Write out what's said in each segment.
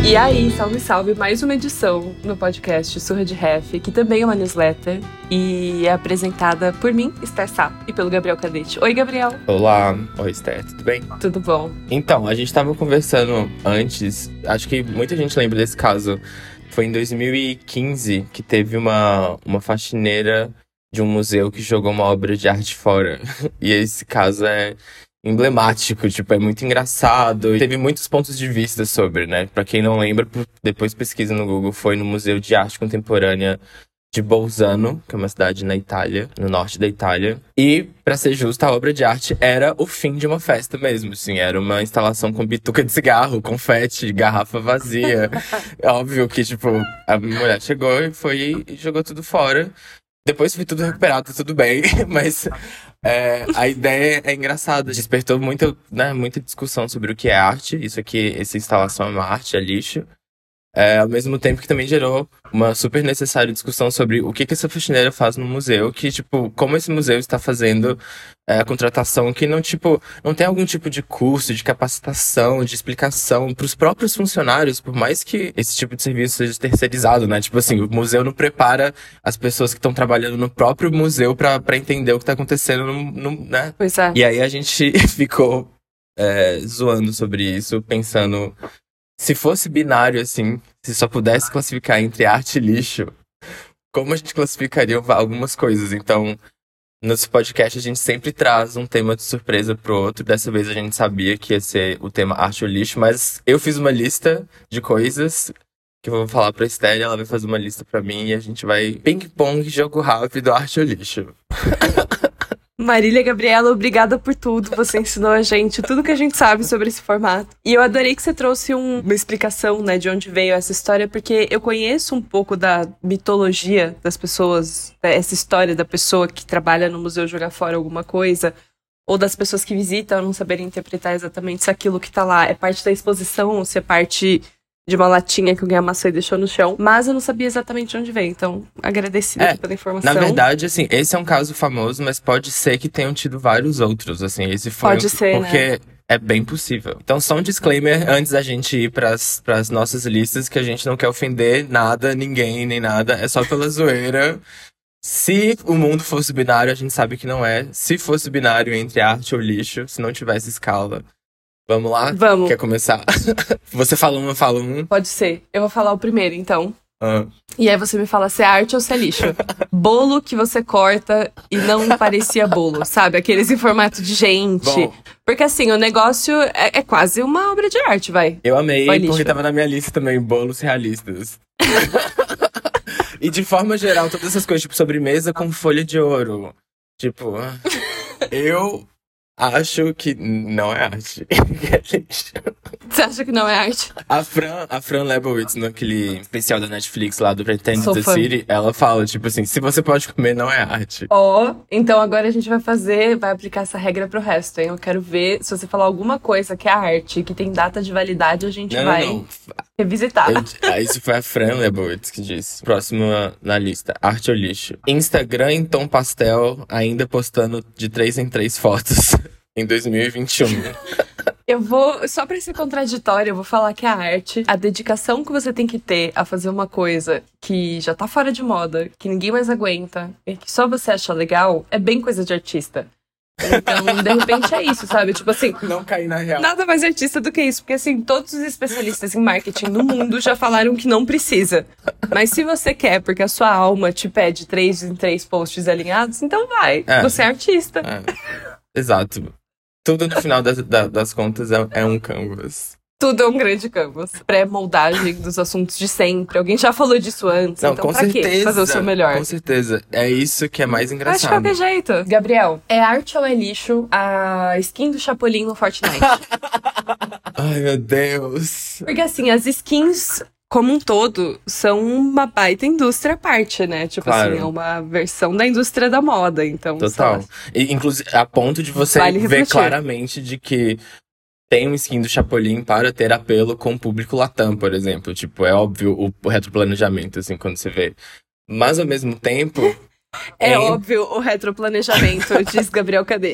E aí, salve, salve, mais uma edição no podcast Surra de Ref, que também é uma newsletter e é apresentada por mim, Esther Sá, e pelo Gabriel Cadete. Oi, Gabriel. Olá. Oi, Esther, tudo bem? Tudo bom. Então, a gente tava conversando antes, acho que muita gente lembra desse caso. Foi em 2015 que teve uma faxineira de um museu que jogou uma obra de arte fora. E esse caso é emblemático, tipo, é muito engraçado. E teve muitos pontos de vista sobre, né? Pra quem não lembra, depois pesquisa no Google, foi no Museu de Arte Contemporânea de Bolzano, que é uma cidade na Itália, no norte da Itália. E, pra ser justo, a obra de arte era o fim de uma festa mesmo, assim. Era uma instalação com bituca de cigarro, confete, garrafa vazia. Óbvio que, tipo, a mulher chegou e foi e jogou tudo fora. Depois foi tudo recuperado, tudo bem, mas a ideia é engraçada. Despertou muita discussão sobre o que é arte. Isso aqui, essa instalação é uma arte, é lixo. Ao mesmo tempo que também gerou uma super necessária discussão sobre o que essa faxineira faz no museu. Que, tipo, como esse museu está fazendo a contratação que não tem algum tipo de curso, de capacitação, de explicação para os próprios funcionários, por mais que esse tipo de serviço seja terceirizado, né? Tipo assim, o museu não prepara as pessoas que estão trabalhando no próprio museu para entender o que está acontecendo, né? Pois é. E aí a gente ficou zoando sobre isso, pensando... Se fosse binário, assim, se só pudesse classificar entre arte e lixo, como a gente classificaria algumas coisas? Então, nesse podcast a gente sempre traz um tema de surpresa pro outro. Dessa vez a gente sabia que ia ser o tema arte ou lixo, mas eu fiz uma lista de coisas que eu vou falar pra Esther, ela vai fazer uma lista pra mim e a gente vai ping-pong, jogo rápido, arte ou lixo. Marília Gabriela, obrigada por tudo. Você ensinou a gente tudo que a gente sabe sobre esse formato. E eu adorei que você trouxe uma explicação, né, de onde veio essa história, porque eu conheço um pouco da mitologia das pessoas, essa história da pessoa que trabalha no museu jogar fora alguma coisa, ou das pessoas que visitam não saberem interpretar exatamente se aquilo que tá lá é parte da exposição ou se é parte de uma latinha que alguém amassou e deixou no chão. Mas eu não sabia exatamente de onde veio, então agradecida pela informação. Na verdade, assim, esse é um caso famoso, mas pode ser que tenham tido vários outros, assim. Esse foi pode ser, porque né? É bem possível. Então, só um disclaimer antes da gente ir pras nossas listas, que a gente não quer ofender nada, ninguém, nem nada. É só pela zoeira. Se o mundo fosse binário, a gente sabe que não é. Se fosse binário entre arte ou lixo, se não tivesse escala... Vamos lá? Vamos. Quer começar? Você fala um, eu falo um. Pode ser. Eu vou falar o primeiro, então. E aí você me fala se é arte ou se é lixo. Bolo que você corta e não parecia bolo, sabe? Aqueles em formato de gente. Bom, porque assim, o negócio é quase uma obra de arte, vai. Eu amei, Vai, porque lixo. tava na minha lista também, bolos realistas. E de forma geral, todas essas coisas, tipo sobremesa com folha de ouro. Tipo, eu... acho que não é arte. É lixo. Você acha que não é arte? A Fran Lebowitz, naquele especial da Netflix lá do Pretend Sou the fã. City, ela fala, tipo assim, se você pode comer, não é arte. Então agora a gente vai aplicar essa regra pro resto, hein? Eu quero ver se você falar alguma coisa que é arte, que tem data de validade, a gente vai Não. revisitar. Isso foi a Fran Lebowitz que disse. Próximo na lista, arte ou lixo. Instagram em tom pastel, ainda postando de 3 em 3 fotos. Em 2021. Eu vou, só pra ser contraditória, eu vou falar que a arte, a dedicação que você tem que ter a fazer uma coisa que já tá fora de moda, que ninguém mais aguenta, e que só você acha legal, é bem coisa de artista. Então, de repente é isso, sabe? Tipo assim, Não cair na real. nada mais artista do que isso, porque assim, todos os especialistas em marketing do mundo já falaram que não precisa. Mas se você quer, porque a sua alma te pede 3 em 3 posts alinhados, então vai, você é artista. Exato. Tudo no final das contas é um canvas. Tudo é um grande canvas. Pré-moldagem dos assuntos de sempre. Alguém já falou disso antes, Não, então com pra certeza, quê fazer o seu melhor? Com certeza. É isso que é mais Mas de engraçado. qualquer jeito. Gabriel, é arte ou é lixo a skin do Chapolin no Fortnite? Ai, meu Deus. Porque assim, as skins... como um todo, são uma baita indústria à parte, né? Tipo Claro. assim, é uma versão da indústria da moda, então... Total. E, inclusive, a ponto de você Vale ver refletir. claramente de que tem um skin do Chapolin para ter apelo com o público Latam, por exemplo. Tipo, é óbvio o retroplanejamento, assim, quando você vê. Mas, ao mesmo tempo... É óbvio o retroplanejamento, diz Gabriel Cadete.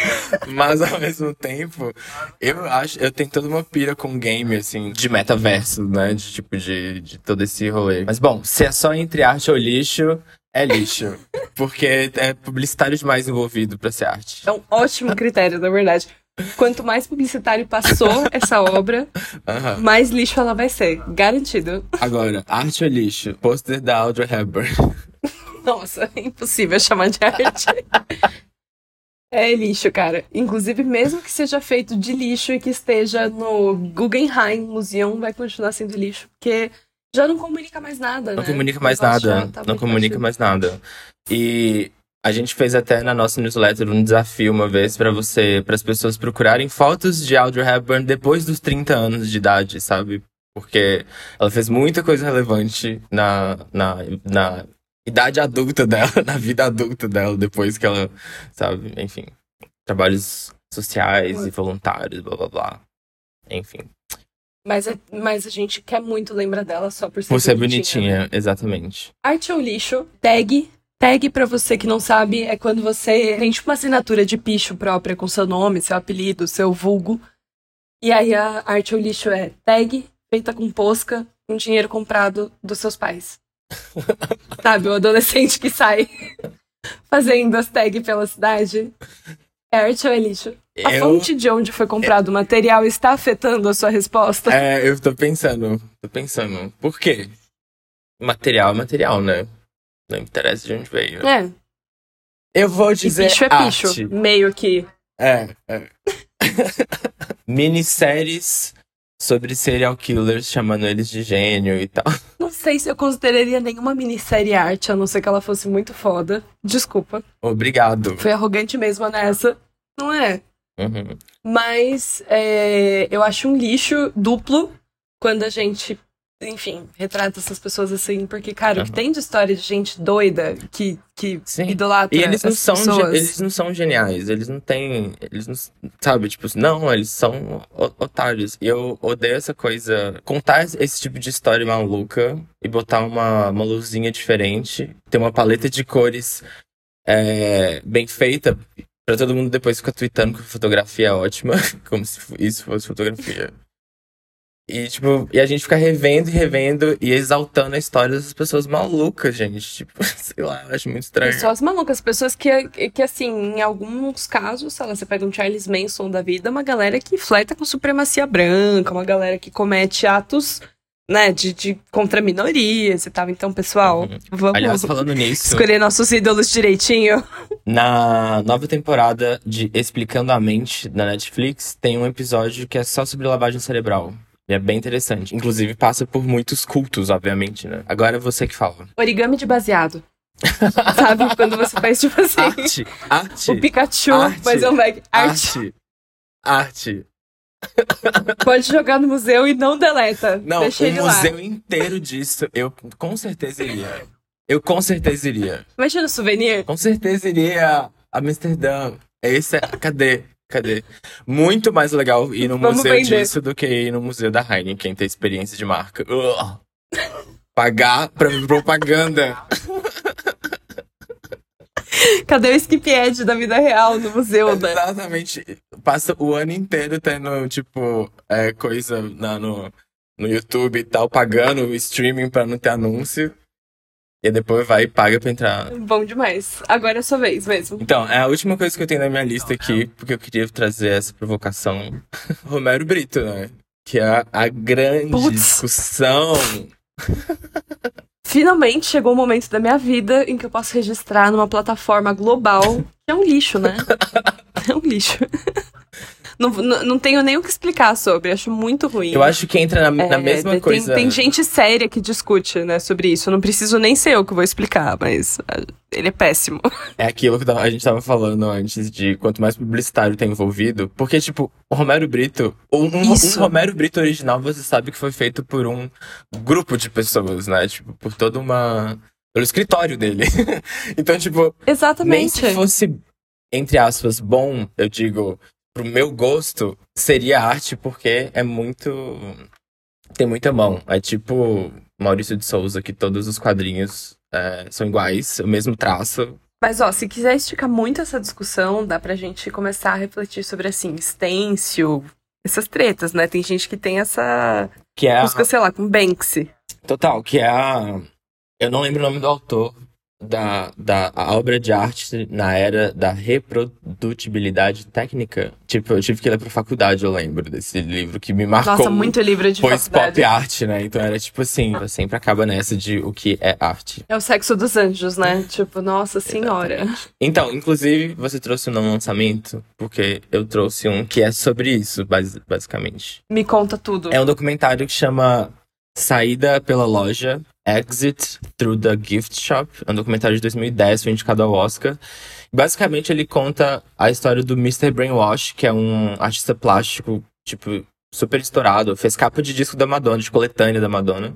Mas ao mesmo tempo, eu tenho toda uma pira com game, assim, de metaverso, né? De tipo, de todo esse rolê. Mas bom, se é só entre arte ou lixo, é lixo. Porque é publicitário demais envolvido pra ser arte. É um ótimo critério, na verdade. Quanto mais publicitário passou essa obra, mais lixo ela vai ser. Garantido. Agora, arte ou lixo? Pôster da Audrey Hepburn. Nossa, é impossível chamar de arte. É lixo, cara. Inclusive, mesmo que seja feito de lixo e que esteja no Guggenheim Museum, vai continuar sendo lixo, porque já não comunica mais nada, né? Não comunica mais nada. Não comunica mais nada. E a gente fez até na nossa newsletter um desafio uma vez para as pessoas procurarem fotos de Audrey Hepburn depois dos 30 anos de idade, sabe? Porque ela fez muita coisa relevante na idade adulta dela, na vida adulta dela, depois que ela, sabe, enfim, trabalhos sociais e voluntários, blá blá blá. Enfim. Mas a gente quer muito lembrar dela só por ser Por ser bonitinha, bonitinha, exatamente. Arte ou lixo, tag. Tag, pra você que não sabe, é quando você tem tipo uma assinatura de picho própria com seu nome, seu apelido, seu vulgo. E aí a arte ou lixo é tag, feita com posca, com dinheiro comprado dos seus pais. Sabe, o adolescente que sai fazendo as tags pela cidade. É arte ou é lixo? A fonte de onde foi comprado o material está afetando a sua resposta? Eu tô pensando. Por quê? Material é material, né? Não interessa de onde veio. É. Eu vou dizer e picho é arte. picho, meio que. Minisséries sobre serial killers, chamando eles de gênio e tal. Não sei se eu consideraria nenhuma minissérie arte, a não ser que ela fosse muito foda. Desculpa. Obrigado. Fui arrogante mesmo nessa. Não é? Uhum. Mas eu acho um lixo duplo quando a gente, enfim, retrata essas pessoas assim. Porque, cara, o que tem de história de gente doida que idolatra e eles não essas pessoas... eles não são geniais, eles não, sabe, tipo, não, eles são otários. E eu odeio essa coisa, contar esse tipo de história maluca e botar uma luzinha diferente, ter uma paleta de cores bem feita, pra todo mundo depois ficar tweetando que a fotografia é ótima, como se isso fosse fotografia. E, tipo, a gente fica revendo e exaltando a história dessas pessoas malucas, gente. Tipo, sei lá, eu acho muito estranho. Pessoas malucas, pessoas que assim, em alguns casos, sei lá, você pega um Charles Manson da vida, uma galera que flerta com supremacia branca, uma galera que comete atos, né, contra minorias e tal. Então, pessoal, vamos Aliás, falando nisso, escolher nossos ídolos direitinho. Na nova temporada de Explicando a Mente, da Netflix, tem um episódio que é só sobre lavagem cerebral. E é bem interessante. Inclusive, passa por muitos cultos, obviamente, né? Agora é você que fala. Origami de baseado. Sabe? Quando você faz, tipo assim... Arte. O Pikachu, mas é um Meg. Arte. Pode jogar no museu e não deleta. Não, deixa ele o lá. museu inteiro disso, eu com certeza iria. Imagina o souvenir. Com certeza iria a Amsterdã. Cadê? Muito mais legal ir no museu disso do que ir no museu da Heineken, ter experiência de marca. Pagar pra propaganda. Cadê o skip ad da vida real no museu, né? Exatamente. Passa o ano inteiro tendo, tipo, coisa no YouTube e tal, pagando o streaming pra não ter anúncio. E depois vai e paga pra entrar. Bom demais. Agora é a sua vez mesmo. Então, é a última coisa que eu tenho na minha lista aqui, porque eu queria trazer essa provocação. Romero Brito, né? Que é a grande discussão. Finalmente chegou o momento da minha vida em que eu posso registrar numa plataforma global, que é um lixo, né? É um lixo. Não tenho nem o que explicar sobre, acho muito ruim. Eu acho que entra na mesma coisa. Tem gente séria que discute, né, sobre isso. Eu não preciso nem ser eu que vou explicar, mas ele é péssimo. É aquilo que a gente tava falando antes, de quanto mais publicitário tem envolvido. Porque, tipo, o Romero Brito, um Romero Brito original, você sabe que foi feito por um grupo de pessoas, né? Tipo, pelo escritório dele. Então, tipo, exatamente. Nem se fosse, entre aspas, bom, eu digo, pro meu gosto, seria arte, porque tem muita mão. É tipo Maurício de Souza, que todos os quadrinhos são iguais, o mesmo traço, Mas, ó, se quiser esticar muito essa discussão, dá pra gente começar a refletir sobre, assim, stencil, essas tretas, né? Tem gente que tem essa Que é busca, sei lá, com Banksy. Total, que é a... Eu não lembro o nome do autor da a obra de arte na era da reprodutibilidade técnica. Tipo, eu tive que ler pra faculdade, eu lembro desse livro que me marcou. Nossa, muito livro de Pois faculdade. pop art, né? Então era tipo assim, sempre acaba nessa de o que é arte. É o sexo dos anjos, né? Tipo, nossa senhora. Exatamente. Então, inclusive, você trouxe um não lançamento, porque eu trouxe um que é sobre isso, basicamente. Me conta tudo. É um documentário que chama Saída pela Loja, Exit Through the Gift Shop. É um documentário de 2010, foi indicado ao Oscar. Basicamente, ele conta a história do Mr. Brainwash, que é um artista plástico, tipo, super estourado. Fez capa de disco da Madonna, de coletânea da Madonna.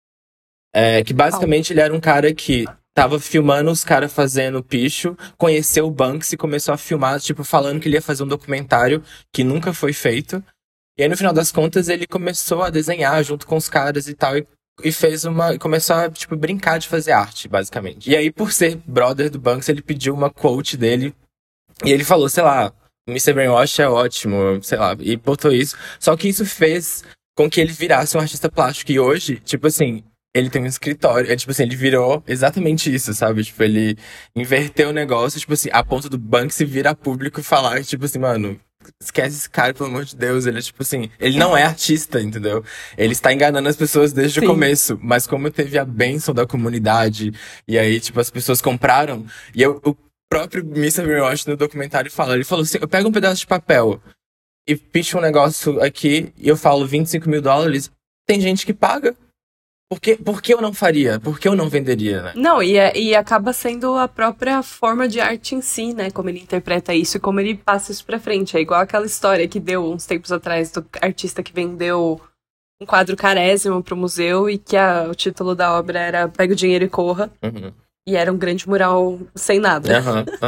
Que basicamente ele era um cara que tava filmando os caras fazendo picho, conheceu o Banksy e começou a filmar, tipo, falando que ele ia fazer um documentário que nunca foi feito. E aí, no final das contas, ele começou a desenhar junto com os caras e tal, e começou a, tipo, brincar de fazer arte, basicamente. E aí, por ser brother do Banksy, ele pediu uma quote dele, e ele falou, sei lá, o Mr. Brainwash é ótimo, sei lá, e botou isso. Só que isso fez com que ele virasse um artista plástico, e hoje, tipo assim, ele tem um escritório, tipo assim, ele virou exatamente isso, sabe? Tipo, ele inverteu o negócio, tipo assim, a ponto do Banksy vir a público e falar, tipo assim, mano, esquece esse cara, pelo amor de Deus. Ele é tipo assim, ele não é artista, entendeu? Ele está enganando as pessoas desde o começo. Mas como teve a bênção da comunidade, e aí, tipo, as pessoas compraram. E o próprio Mr. Brainwash no documentário fala, ele falou assim, eu pego um pedaço de papel e picho um negócio aqui, e eu falo $25 mil, tem gente que paga. Por que eu não faria? Por que eu não venderia, né? Não, e acaba sendo a própria forma de arte em si, né? Como ele interpreta isso e como ele passa isso pra frente. É igual aquela história que deu uns tempos atrás do artista que vendeu um quadro carésimo pro museu e que o título da obra era Pega o Dinheiro e Corra. Uhum. E era um grande mural sem nada.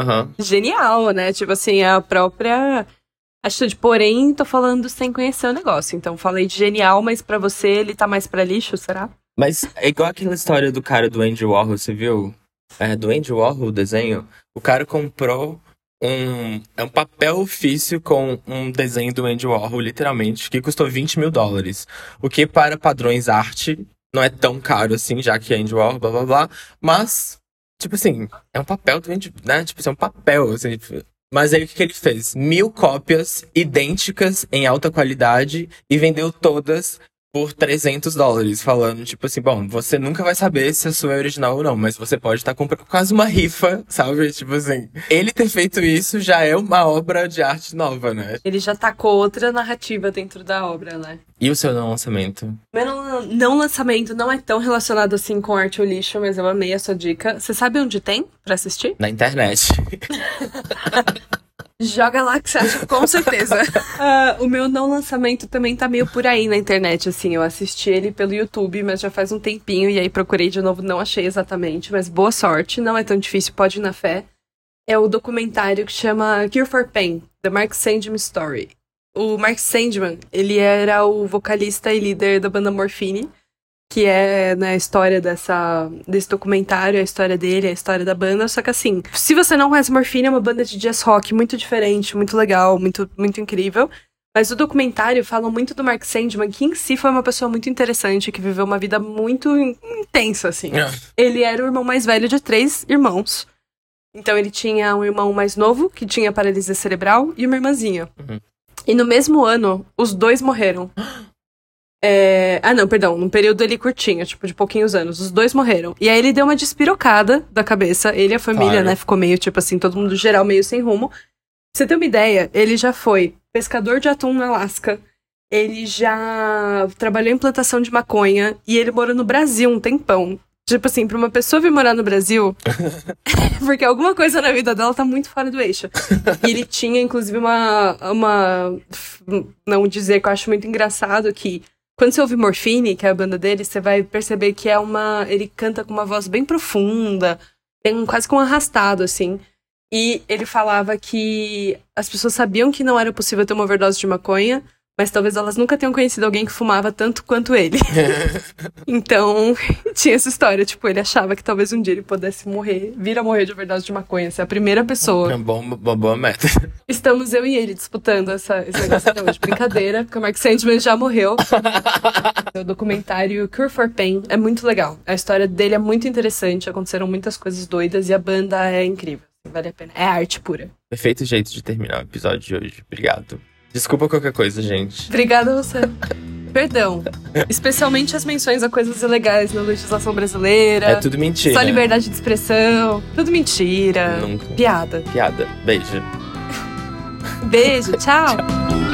Genial, né? Tipo assim, a própria atitude. Porém, tô falando sem conhecer o negócio. Então, falei de genial, mas pra você ele tá mais pra lixo, será? Mas é igual aquela história do cara do Andy Warhol, você viu? Do Andy Warhol, o desenho. O cara comprou um papel ofício com um desenho do Andy Warhol, literalmente, que custou $20 mil. O que para padrões arte não é tão caro assim, já que é Andy Warhol, blá blá blá. Mas, tipo assim, é um papel do Andy, né? Tipo assim, é um papel, assim. Mas aí o que ele fez? 1.000 cópias idênticas em alta qualidade e vendeu todas por $300, falando, tipo assim, bom, você nunca vai saber se a sua é original ou não, mas você pode estar comprando quase uma rifa, sabe? Tipo assim, ele ter feito isso já é uma obra de arte nova, né? Ele já tacou outra narrativa dentro da obra, né? E o seu não lançamento? Meu não lançamento não é tão relacionado assim com arte ou lixo, mas eu amei a sua dica. Você sabe onde tem pra assistir? Na internet. Joga lá que você acha com certeza. O meu não lançamento também tá meio por aí na internet, assim. Eu assisti ele pelo YouTube, mas já faz um tempinho. E aí procurei de novo, não achei exatamente. Mas boa sorte, não é tão difícil, pode ir na fé. É o documentário que chama Cure for Pain, The Mark Sandman Story. O Mark Sandman, ele era o vocalista e líder da banda Morphine, que é, né, a história desse documentário, a história dele, a história da banda. Só que assim, se você não conhece Morphine, é uma banda de jazz rock muito diferente, muito legal, muito, muito incrível. Mas o documentário fala muito do Mark Sandman, que em si foi uma pessoa muito interessante, que viveu uma vida muito intensa, assim. Ele era o irmão mais velho de 3 irmãos. Então ele tinha um irmão mais novo, que tinha paralisia cerebral, e uma irmãzinha. Uhum. E no mesmo ano, os 2 morreram. Num período ali curtinho, tipo, de pouquinhos anos. Os 2 morreram. E aí ele deu uma despirocada da cabeça. Ele e a família, claro, né, ficou meio, tipo assim, todo mundo geral meio sem rumo. Pra você ter uma ideia, ele já foi pescador de atum no Alasca. Ele já trabalhou em plantação de maconha. E ele morou no Brasil um tempão. Tipo assim, pra uma pessoa vir morar no Brasil, porque alguma coisa na vida dela tá muito fora do eixo. E ele tinha, inclusive, não dizer que eu acho muito engraçado que quando você ouve Morphine, que é a banda dele, você vai perceber que ele canta com uma voz bem profunda, tem quase que um arrastado, assim. E ele falava que as pessoas sabiam que não era possível ter uma overdose de maconha, mas talvez elas nunca tenham conhecido alguém que fumava tanto quanto ele. Então, tinha essa história, tipo, ele achava que talvez um dia ele pudesse vir a morrer de verdade de maconha, ser a primeira pessoa. É uma boa meta. Estamos eu e ele disputando esse negócio até hoje. Brincadeira, porque o Mark Sandman já morreu. O documentário Cure for Pain é muito legal. A história dele é muito interessante, aconteceram muitas coisas doidas e a banda é incrível. Vale a pena. É arte pura. Perfeito jeito de terminar o episódio de hoje. Obrigado. Desculpa qualquer coisa, gente. Obrigada a você. Perdão. Especialmente as menções a coisas ilegais na legislação brasileira. É tudo mentira. Só liberdade de expressão. Tudo mentira. Nunca. Piada. Beijo. Beijo, tchau.